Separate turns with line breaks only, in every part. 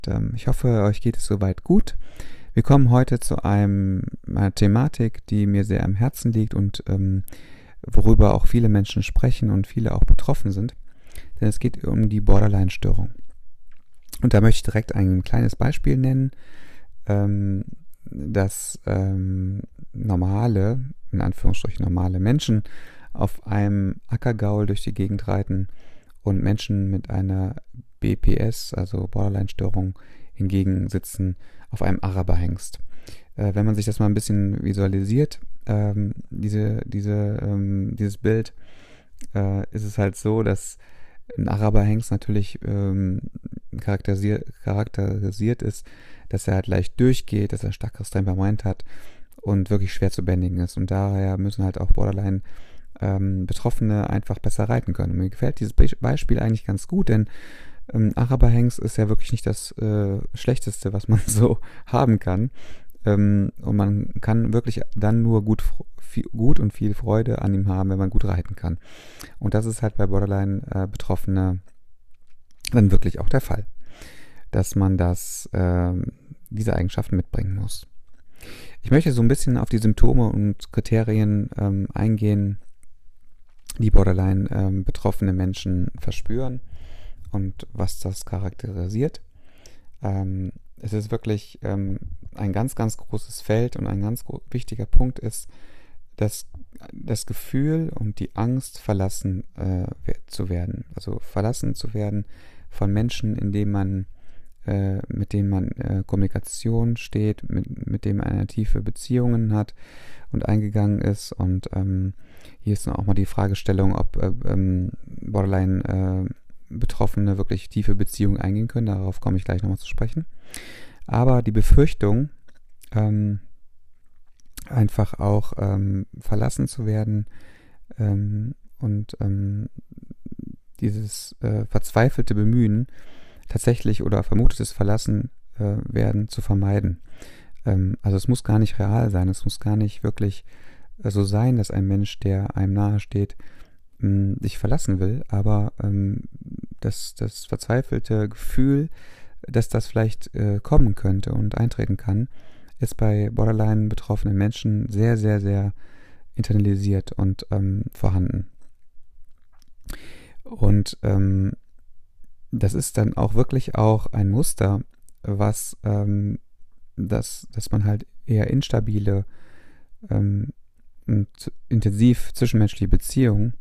Ich hoffe, euch geht es soweit gut. Wir kommen heute zu einer Thematik, die mir sehr am Herzen liegt und worüber auch viele Menschen sprechen und viele auch betroffen sind. Denn es geht um die Borderline-Störung. Und da möchte ich direkt ein kleines Beispiel nennen, dass normale, in Anführungsstrichen normale Menschen auf einem Ackergaul durch die Gegend reiten und Menschen mit einer BPS, also Borderline-Störung, hingegen sitzen auf einem Araberhengst. Wenn man sich das mal ein bisschen visualisiert, dieses Bild, ist es halt so, dass ein Araberhengst natürlich charakterisiert ist, dass er halt leicht durchgeht, dass er ein starkes Temperament hat und wirklich schwer zu bändigen ist. Und daher müssen halt auch Borderline Betroffene einfach besser reiten können. Und mir gefällt dieses Beispiel eigentlich ganz gut, denn Araberhengst ist ja wirklich nicht das Schlechteste, was man so haben kann. Und man kann wirklich dann nur gut und viel Freude an ihm haben, wenn man gut reiten kann. Und das ist halt bei Borderline-Betroffene dann wirklich auch der Fall, dass man diese Eigenschaften mitbringen muss. Ich möchte so ein bisschen auf die Symptome und Kriterien eingehen, die Borderline-betroffene Menschen verspüren und was das charakterisiert. Es ist wirklich ein ganz, ganz großes Feld und ein ganz wichtiger Punkt ist, dass das Gefühl und die Angst, verlassen zu werden. Also verlassen zu werden von Menschen, mit denen man Kommunikation steht, mit denen man eine tiefe Beziehungen hat und eingegangen ist. Und hier ist dann auch mal die Fragestellung, ob Borderline-Betroffene wirklich tiefe Beziehungen eingehen können. Darauf komme ich gleich nochmal zu sprechen. Aber die Befürchtung, einfach auch verlassen zu werden und dieses verzweifelte Bemühen, tatsächlich oder vermutetes Verlassen werden zu vermeiden. Also es muss gar nicht real sein, es muss gar nicht wirklich so sein, dass ein Mensch, der einem nahe steht, dich verlassen will, aber das verzweifelte Gefühl, dass das vielleicht kommen könnte und eintreten kann, ist bei Borderline betroffenen Menschen sehr, sehr, sehr internalisiert und vorhanden. Und das ist dann auch wirklich auch ein Muster, dass man halt eher instabile und intensiv zwischenmenschliche Beziehungen,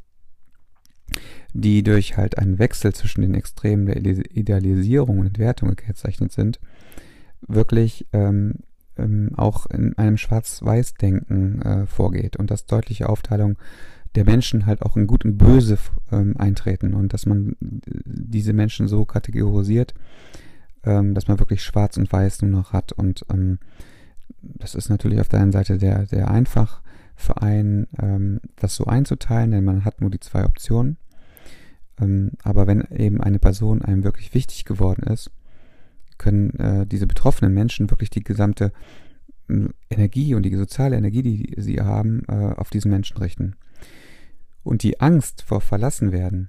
die durch halt einen Wechsel zwischen den Extremen der Idealisierung und Entwertung gekennzeichnet sind, wirklich auch in einem Schwarz-Weiß-Denken vorgeht und dass deutliche Aufteilung der Menschen halt auch in Gut und Böse eintreten und dass man diese Menschen so kategorisiert, dass man wirklich Schwarz und Weiß nur noch hat. Und das ist natürlich auf der einen Seite sehr einfach für einen, das so einzuteilen, denn man hat nur die zwei Optionen. Aber wenn eben eine Person einem wirklich wichtig geworden ist, können diese betroffenen Menschen wirklich die gesamte Energie und die soziale Energie, die sie haben, auf diesen Menschen richten. Und die Angst vor Verlassenwerden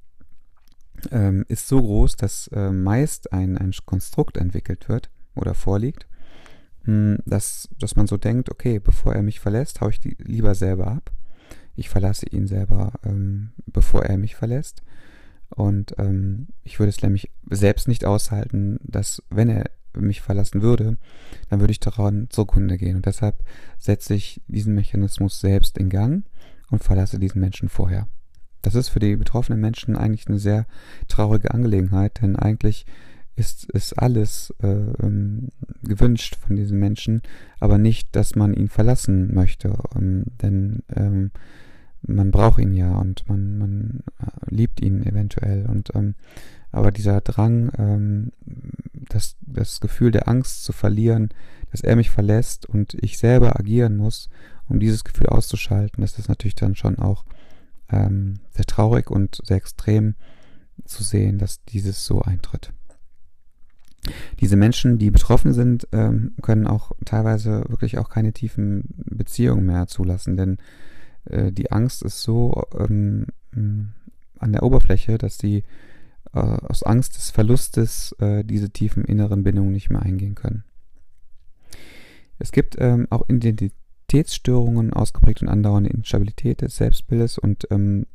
ist so groß, dass meist ein Konstrukt entwickelt wird oder vorliegt, dass man so denkt, okay, bevor er mich verlässt, haue ich die lieber selber ab. Ich verlasse ihn selber, bevor er mich verlässt. Und ich würde es nämlich selbst nicht aushalten, dass, wenn er mich verlassen würde, dann würde ich daran zugrunde gehen. Und deshalb setze ich diesen Mechanismus selbst in Gang und verlasse diesen Menschen vorher. Das ist für die betroffenen Menschen eigentlich eine sehr traurige Angelegenheit, denn eigentlich ist alles gewünscht von diesen Menschen, aber nicht, dass man ihn verlassen möchte, denn man braucht ihn ja und man liebt ihn eventuell und aber dieser Drang, das Gefühl der Angst zu verlieren, dass er mich verlässt und ich selber agieren muss, um dieses Gefühl auszuschalten, das ist natürlich dann schon auch sehr traurig und sehr extrem zu sehen, dass dieses so eintritt. Diese Menschen, die betroffen sind, können auch teilweise wirklich auch keine tiefen Beziehungen mehr zulassen, denn die Angst ist so an der Oberfläche, dass die aus Angst des Verlustes diese tiefen inneren Bindungen nicht mehr eingehen können. Es gibt auch Identitätsstörungen, ausgeprägte und andauernde Instabilität des Selbstbildes und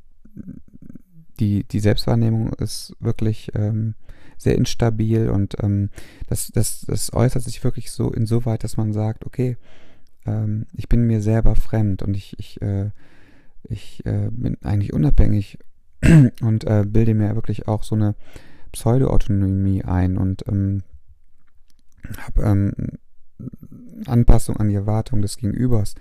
die Selbstwahrnehmung ist wirklich sehr instabil und das äußert sich wirklich so insoweit, dass man sagt, okay, ich bin mir selber fremd und ich bin eigentlich unabhängig und bilde mir wirklich auch so eine Pseudo-Autonomie ein und habe Anpassung an die Erwartung des Gegenübers.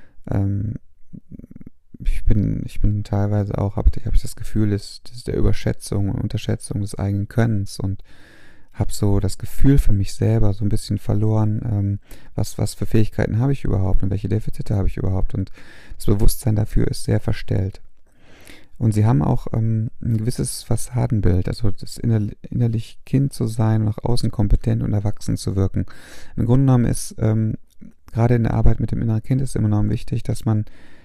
Ich bin teilweise auch, habe ich das Gefühl, des der Überschätzung und Unterschätzung des eigenen Könnens und habe so das Gefühl für mich selber so ein bisschen verloren, was für Fähigkeiten habe ich überhaupt und welche Defizite habe ich überhaupt, und das Bewusstsein dafür ist sehr verstellt. Und sie haben auch ein gewisses Fassadenbild, also das innerlich Kind zu sein und nach außen kompetent und erwachsen zu wirken. Im Grunde genommen ist gerade in der Arbeit mit dem inneren Kind ist immer enorm wichtig, dass man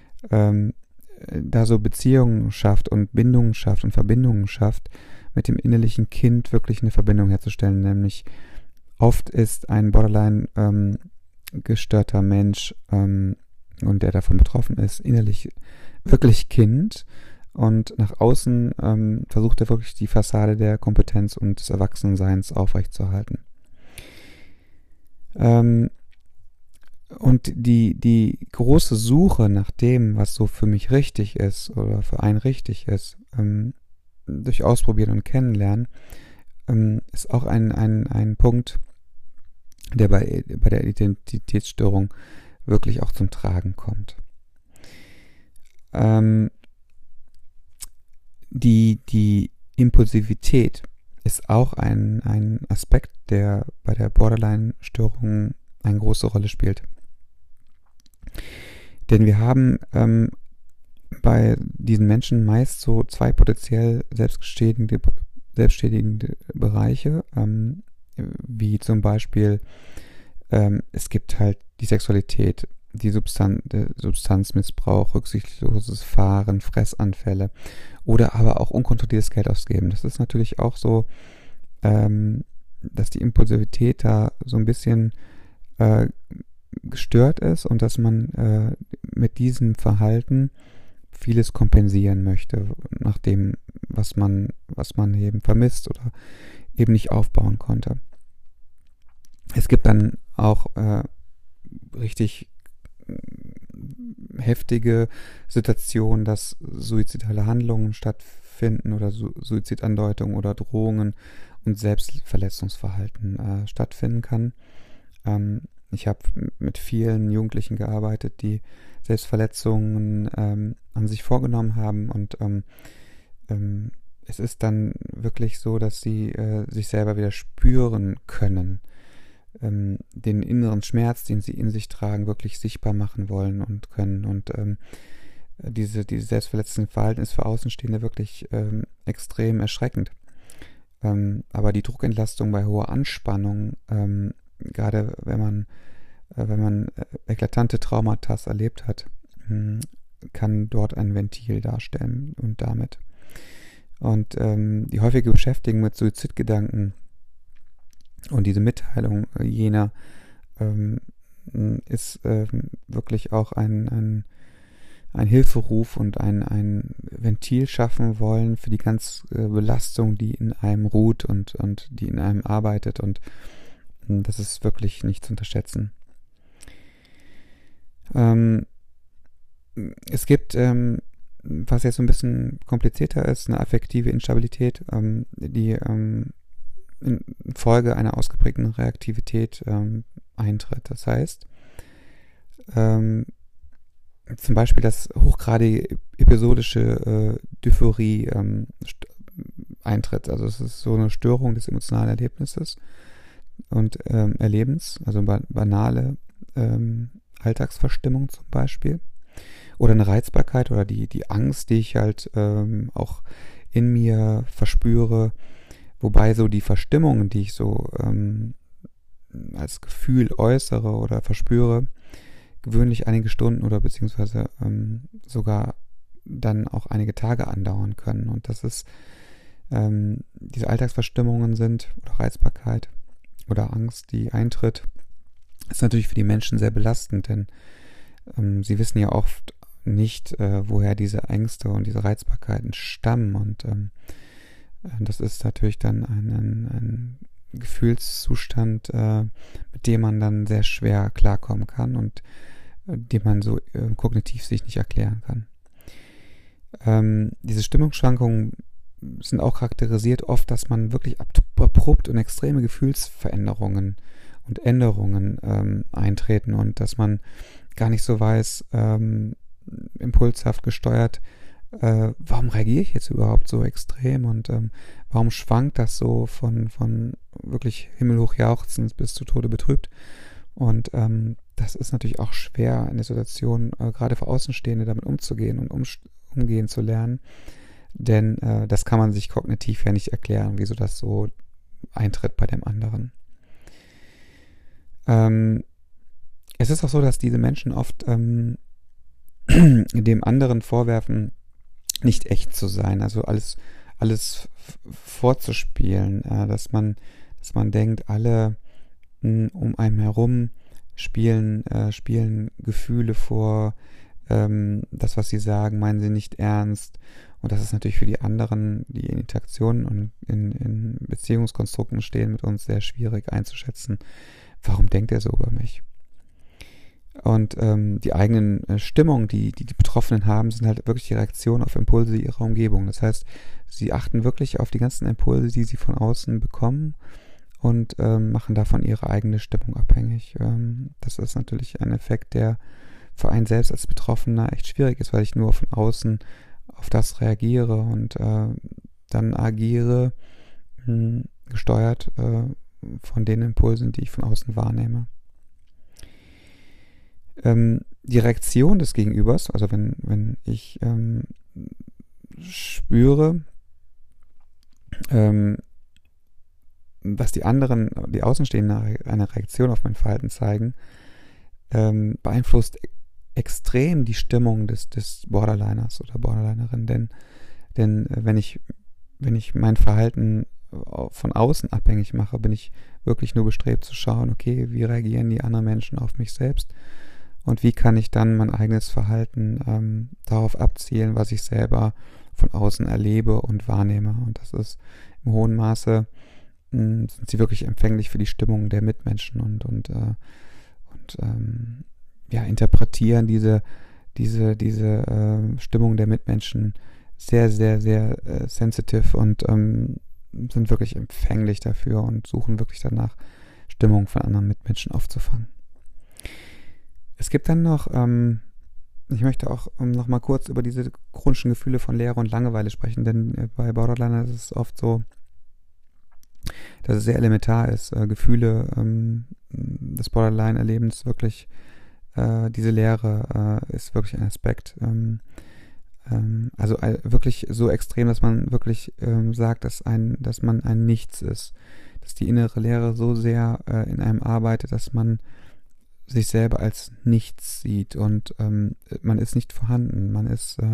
da so Beziehungen schafft und Bindungen schafft und Verbindungen schafft, mit dem innerlichen Kind wirklich eine Verbindung herzustellen. Nämlich oft ist ein Borderline gestörter Mensch und der davon betroffen ist, innerlich wirklich Kind. Und nach außen versucht er wirklich die Fassade der Kompetenz und des Erwachsenseins aufrechtzuerhalten. Und die große Suche nach dem, was so für mich richtig ist oder für einen richtig ist, durch Ausprobieren und Kennenlernen, ist auch ein Punkt, der bei der Identitätsstörung wirklich auch zum Tragen kommt. Die Impulsivität ist auch ein Aspekt, der bei der Borderline-Störung eine große Rolle spielt. Denn wir haben bei diesen Menschen meist so zwei potenziell selbstschädigende Bereiche, wie zum Beispiel es gibt halt die Sexualität, die Substanzmissbrauch, rücksichtsloses Fahren, Fressanfälle oder aber auch unkontrolliertes Geld ausgeben. Das ist natürlich auch so, dass die Impulsivität da so ein bisschen gestört ist und dass man mit diesem Verhalten vieles kompensieren möchte, nach dem, was man eben vermisst oder eben nicht aufbauen konnte. Es gibt dann auch richtig heftige Situationen, dass suizidale Handlungen stattfinden oder Suizidandeutungen oder Drohungen und Selbstverletzungsverhalten stattfinden kann. Ich habe mit vielen Jugendlichen gearbeitet, die Selbstverletzungen an sich vorgenommen haben und es ist dann wirklich so, dass sie sich selber wieder spüren können, den inneren Schmerz, den sie in sich tragen, wirklich sichtbar machen wollen und können. Und diese selbstverletzende Verhalten ist für Außenstehende wirklich extrem erschreckend. Aber die Druckentlastung bei hoher Anspannung, gerade wenn man eklatante Traumata erlebt hat, kann dort ein Ventil darstellen und damit. Und die häufige Beschäftigung mit Suizidgedanken und diese Mitteilung jener ist wirklich auch ein Hilferuf und ein Ventil schaffen wollen für die ganze Belastung, die in einem ruht und die in einem arbeitet, und das ist wirklich nicht zu unterschätzen. Es gibt, was jetzt so ein bisschen komplizierter ist, eine affektive Instabilität, die in Folge einer ausgeprägten Reaktivität eintritt. Das heißt, zum Beispiel das hochgradige episodische Dysphorie eintritt. Also es ist so eine Störung des emotionalen Erlebnisses und Erlebens, also banale Alltagsverstimmung zum Beispiel. Oder eine Reizbarkeit oder die Angst, die ich halt auch in mir verspüre. Wobei so die Verstimmungen, die ich so als Gefühl äußere oder verspüre, gewöhnlich einige Stunden oder beziehungsweise sogar dann auch einige Tage andauern können. Und das ist diese Alltagsverstimmungen sind oder Reizbarkeit oder Angst, die eintritt, ist natürlich für die Menschen sehr belastend, denn sie wissen ja oft nicht, woher diese Ängste und diese Reizbarkeiten stammen, und das ist natürlich dann ein Gefühlszustand, mit dem man dann sehr schwer klarkommen kann und den man so kognitiv sich nicht erklären kann. Diese Stimmungsschwankungen sind auch charakterisiert oft, dass man wirklich abrupt und extreme Gefühlsveränderungen und Änderungen eintreten und dass man gar nicht so weiß, impulshaft gesteuert, warum reagiere ich jetzt überhaupt so extrem und warum schwankt das so von wirklich himmelhoch jauchzend bis zu Tode betrübt. Und das ist natürlich auch schwer in der Situation, gerade für Außenstehende damit umzugehen und umgehen zu lernen, denn das kann man sich kognitiv ja nicht erklären, wieso das so eintritt bei dem anderen. Es ist auch so, dass diese Menschen oft dem anderen vorwerfen, nicht echt zu sein, also alles vorzuspielen, dass man denkt, alle um einen herum spielen Gefühle vor, das, was sie sagen, meinen sie nicht ernst, und das ist natürlich für die anderen, die in Interaktionen und in Beziehungskonstrukten stehen mit uns, sehr schwierig einzuschätzen, warum denkt er so über mich? Und die eigenen Stimmungen, die Betroffenen haben, sind halt wirklich die Reaktion auf Impulse ihrer Umgebung. Das heißt, sie achten wirklich auf die ganzen Impulse, die sie von außen bekommen, und machen davon ihre eigene Stimmung abhängig. Das ist natürlich ein Effekt, der für einen selbst als Betroffener echt schwierig ist, weil ich nur von außen auf das reagiere und dann agiere, gesteuert von den Impulsen, die ich von außen wahrnehme. Die Reaktion des Gegenübers, also wenn ich spüre, was die anderen, die Außenstehenden eine Reaktion auf mein Verhalten zeigen, beeinflusst extrem die Stimmung des Borderliners oder Borderlinerin, denn wenn ich mein Verhalten von außen abhängig mache, bin ich wirklich nur bestrebt zu schauen, okay, wie reagieren die anderen Menschen auf mich selbst und wie kann ich dann mein eigenes Verhalten darauf abzielen, was ich selber von außen erlebe und wahrnehme. Und das ist im hohen Maße, sind sie wirklich empfänglich für die Stimmung der Mitmenschen und interpretieren diese Stimmung der Mitmenschen sehr, sehr, sehr sensitive und sind wirklich empfänglich dafür und suchen wirklich danach, Stimmung von anderen Mitmenschen aufzufangen. Es gibt dann noch, ich möchte auch noch mal kurz über diese chronischen Gefühle von Leere und Langeweile sprechen, denn bei Borderliner ist es oft so, dass es sehr elementar ist, Gefühle des Borderline-Erlebens wirklich, diese Leere ist wirklich ein Aspekt, also wirklich so extrem, dass man wirklich sagt, dass man ein Nichts ist, dass die innere Leere so sehr in einem arbeitet, dass man sich selber als nichts sieht und man ist nicht vorhanden, man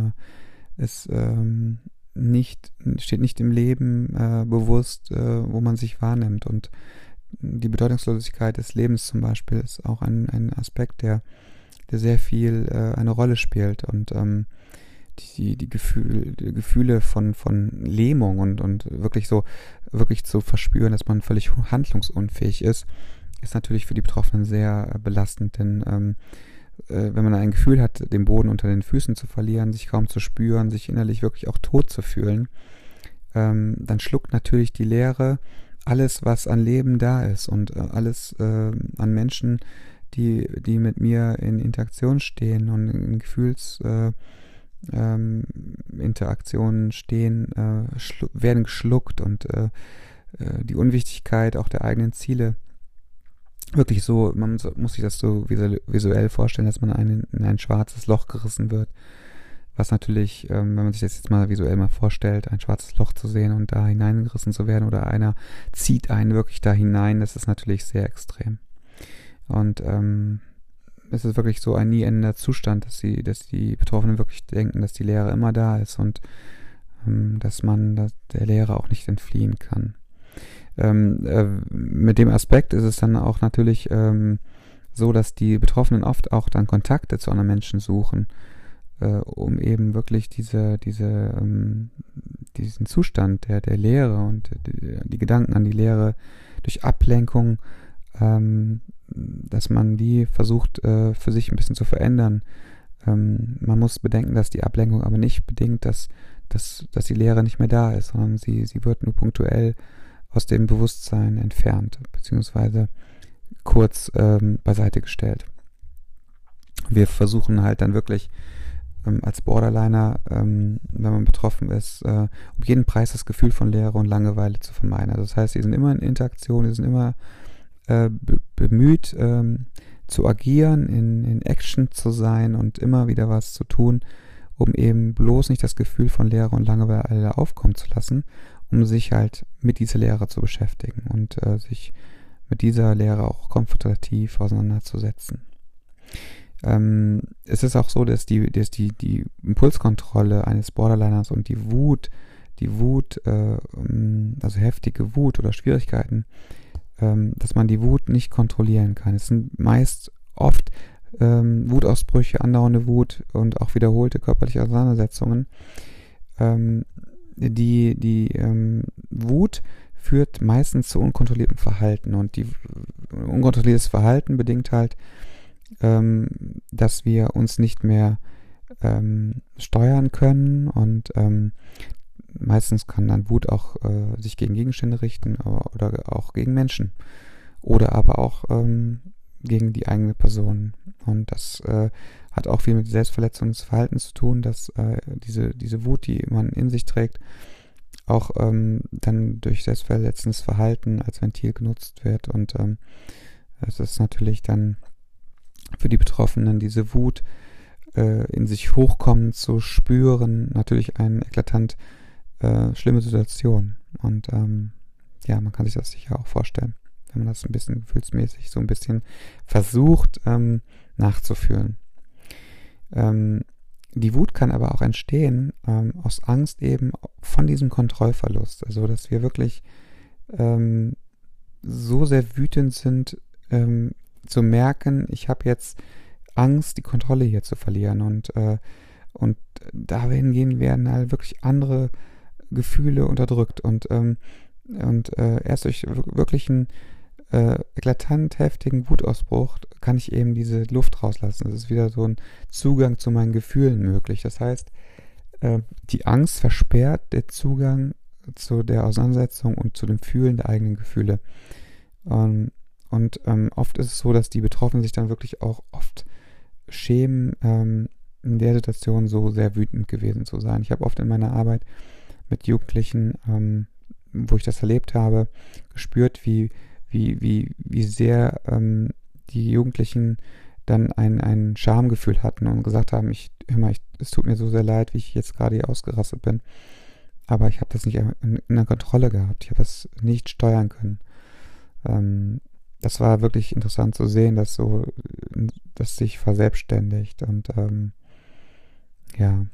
steht nicht im Leben bewusst, wo man sich wahrnimmt, und die Bedeutungslosigkeit des Lebens zum Beispiel ist auch ein Aspekt, der sehr viel eine Rolle spielt, und die Gefühle von Lähmung und wirklich zu verspüren, dass man völlig handlungsunfähig ist natürlich für die Betroffenen sehr belastend, denn wenn man ein Gefühl hat, den Boden unter den Füßen zu verlieren, sich kaum zu spüren, sich innerlich wirklich auch tot zu fühlen, dann schluckt natürlich die Leere alles, was an Leben da ist, und alles an Menschen, die mit mir in Interaktion stehen und in Gefühlsinteraktionen stehen, werden geschluckt, und die Unwichtigkeit auch der eigenen Ziele, wirklich so, man muss sich das so visuell vorstellen, dass man in ein schwarzes Loch gerissen wird, was natürlich, wenn man sich das jetzt mal visuell mal vorstellt, ein schwarzes Loch zu sehen und da hineingerissen zu werden, oder einer zieht einen wirklich da hinein, das ist natürlich sehr extrem. Und es ist wirklich so ein nie endender Zustand, dass die Betroffenen wirklich denken, dass die Leere immer da ist, und dass man der Leere auch nicht entfliehen kann. Mit dem Aspekt ist es dann auch natürlich so, dass die Betroffenen oft auch dann Kontakte zu anderen Menschen suchen, um eben wirklich diesen Zustand der Leere und die Gedanken an die Leere durch Ablenkung, dass man die versucht für sich ein bisschen zu verändern. Man muss bedenken, dass die Ablenkung aber nicht bedingt, dass die Leere nicht mehr da ist, sondern sie wird nur punktuell aus dem Bewusstsein entfernt, beziehungsweise kurz beiseite gestellt. Wir versuchen halt dann wirklich als Borderliner, wenn man betroffen ist, um jeden Preis das Gefühl von Leere und Langeweile zu vermeiden. Also das heißt, die sind immer in Interaktion, die sind immer bemüht zu agieren, in Action zu sein und immer wieder was zu tun, um eben bloß nicht das Gefühl von Leere und Langeweile aufkommen zu lassen, um sich halt mit dieser Leere zu beschäftigen und sich mit dieser Leere auch konfrontativ auseinanderzusetzen. Es ist auch so, dass die Impulskontrolle eines Borderliners und die Wut, also heftige Wut oder Schwierigkeiten, dass man die Wut nicht kontrollieren kann. Es sind meist oft Wutausbrüche, andauernde Wut und auch wiederholte körperliche Auseinandersetzungen. Die Wut führt meistens zu unkontrolliertem Verhalten und unkontrolliertes Verhalten bedingt halt, dass wir uns nicht mehr steuern können und meistens kann dann Wut auch sich gegen Gegenstände richten oder auch gegen Menschen oder aber auch gegen die eigene Person. Und das hat auch viel mit Selbstverletzungsverhalten zu tun, dass diese Wut, die man in sich trägt, auch dann durch selbstverletzendes Verhalten als Ventil genutzt wird. Und es ist natürlich dann für die Betroffenen, diese Wut in sich hochkommen zu spüren, natürlich eine eklatant schlimme Situation. Und ja, man kann sich das sicher auch vorstellen, wenn man das ein bisschen gefühlsmäßig so ein bisschen versucht nachzufühlen. Die Wut kann aber auch entstehen aus Angst eben von diesem Kontrollverlust. Also, dass wir wirklich so sehr wütend sind, zu merken, ich habe jetzt Angst, die Kontrolle hier zu verlieren. Und dahingehend werden halt wirklich andere Gefühle unterdrückt. Und erst durch wirklich einen eklatant heftigen Wutausbruch kann ich eben diese Luft rauslassen. Es ist wieder so ein Zugang zu meinen Gefühlen möglich. Das heißt, die Angst versperrt den Zugang zu der Auseinandersetzung und zu dem Fühlen der eigenen Gefühle. Und oft ist es so, dass die Betroffenen sich dann wirklich auch oft schämen, in der Situation so sehr wütend gewesen zu sein. Ich habe oft in meiner Arbeit mit Jugendlichen, wo ich das erlebt habe, gespürt, wie sehr die Jugendlichen dann ein Schamgefühl hatten und gesagt haben, es tut mir so sehr leid, wie ich jetzt gerade hier ausgerastet bin, aber ich habe das nicht in der Kontrolle gehabt, ich habe das nicht steuern können. Das war wirklich interessant zu sehen, dass das sich verselbstständigt und ja.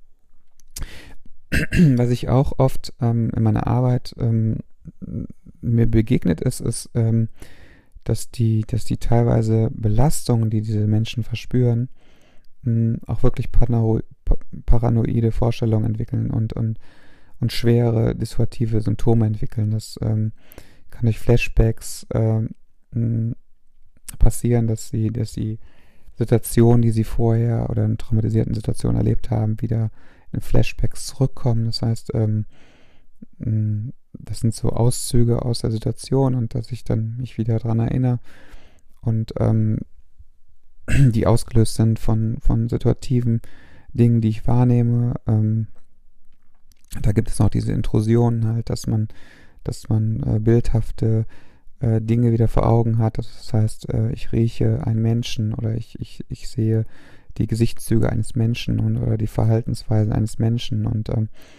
Was ich auch oft in meiner Arbeit mir begegnet ist, dass die teilweise Belastungen, die diese Menschen verspüren, auch wirklich paranoide Vorstellungen entwickeln und schwere dissoziative Symptome entwickeln. Das kann durch Flashbacks passieren, dass die Situationen, die sie vorher oder in traumatisierten Situationen erlebt haben, wieder in Flashbacks zurückkommen. Das heißt, das sind so Auszüge aus der Situation und dass ich dann mich wieder daran erinnere und die ausgelöst sind von situativen Dingen, die ich wahrnehme. Da gibt es noch diese Intrusionen halt, dass man bildhafte Dinge wieder vor Augen hat. Das heißt, ich rieche einen Menschen oder ich sehe die Gesichtszüge eines Menschen oder die Verhaltensweisen eines Menschen und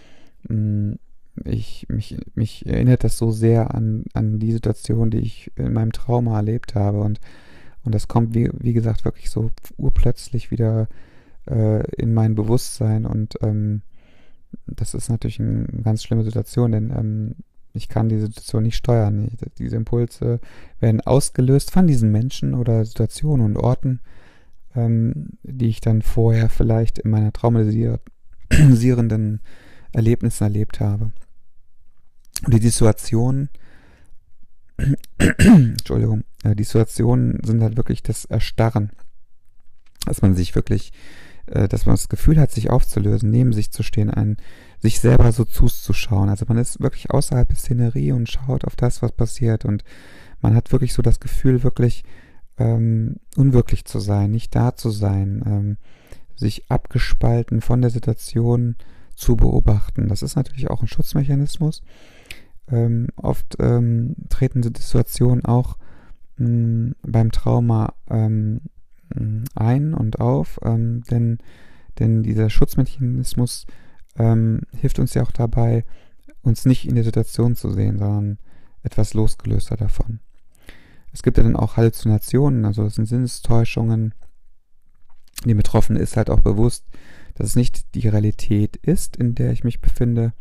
mich erinnert das so sehr an die Situation, die ich in meinem Trauma erlebt habe und das kommt, wie gesagt, wirklich so urplötzlich wieder in mein Bewusstsein und Das ist natürlich eine ganz schlimme Situation, denn ich kann diese Situation nicht steuern. Diese Impulse werden ausgelöst von diesen Menschen oder Situationen und Orten, die ich dann vorher vielleicht in meiner traumatisierenden Erlebnissen erlebt habe. Und die Situationen, Entschuldigung, die Situationen sind halt wirklich das Erstarren, dass man sich wirklich, dass man das Gefühl hat, sich aufzulösen, neben sich zu stehen, sich selber so zuzuschauen. Also man ist wirklich außerhalb der Szenerie und schaut auf das, was passiert, und man hat wirklich so das Gefühl, wirklich unwirklich zu sein, nicht da zu sein, sich abgespalten von der Situation zu beobachten. Das ist natürlich auch ein Schutzmechanismus. Oft treten die Situationen auch beim Trauma ein und auf, denn dieser Schutzmechanismus hilft uns ja auch dabei, uns nicht in der Situation zu sehen, sondern etwas losgelöster davon. Es gibt ja dann auch Halluzinationen, also das sind Sinnestäuschungen. Dem Betroffenen ist halt auch bewusst, dass es nicht die Realität ist, in der ich mich befinde,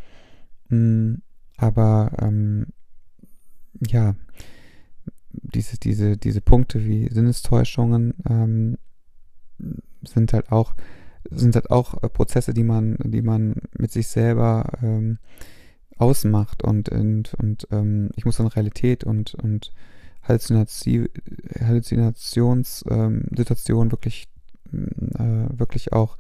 aber ja, diese Punkte wie Sinnestäuschungen sind halt auch Prozesse, die man mit sich selber ausmacht, und ich muss dann Realität und Halluzinationssituationen wirklich auch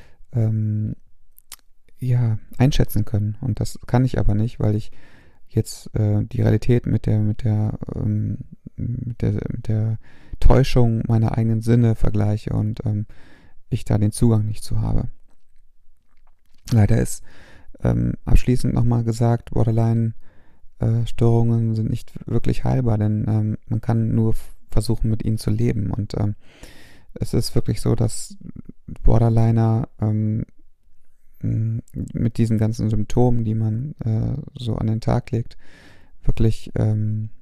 einschätzen können. Und das kann ich aber nicht, weil ich jetzt die Realität mit der Täuschung meiner eigenen Sinne vergleiche und ich da den Zugang nicht zu habe. Leider ist abschließend nochmal gesagt, Borderline-Störungen sind nicht wirklich heilbar, denn man kann nur versuchen, mit ihnen zu leben. Und es ist wirklich so, dass Borderliner mit diesen ganzen Symptomen, die man so an den Tag legt, wirklich ein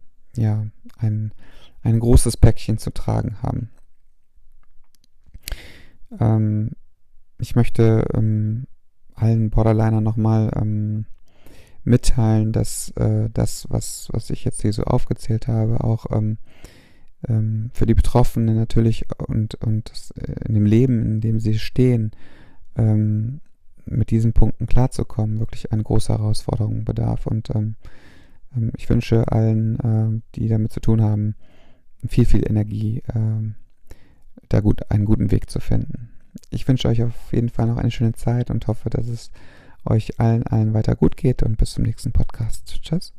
großes Päckchen zu tragen haben. Ich möchte allen Borderliner nochmal mitteilen, dass das, was ich jetzt hier so aufgezählt habe, auch für die Betroffenen natürlich und in dem Leben, in dem sie stehen, mit diesen Punkten klarzukommen, wirklich eine große Herausforderung bedarf. Und ich wünsche allen, die damit zu tun haben, viel Energie, da einen guten Weg zu finden. Ich wünsche euch auf jeden Fall noch eine schöne Zeit und hoffe, dass es euch allen weiter gut geht, und bis zum nächsten Podcast. Tschüss.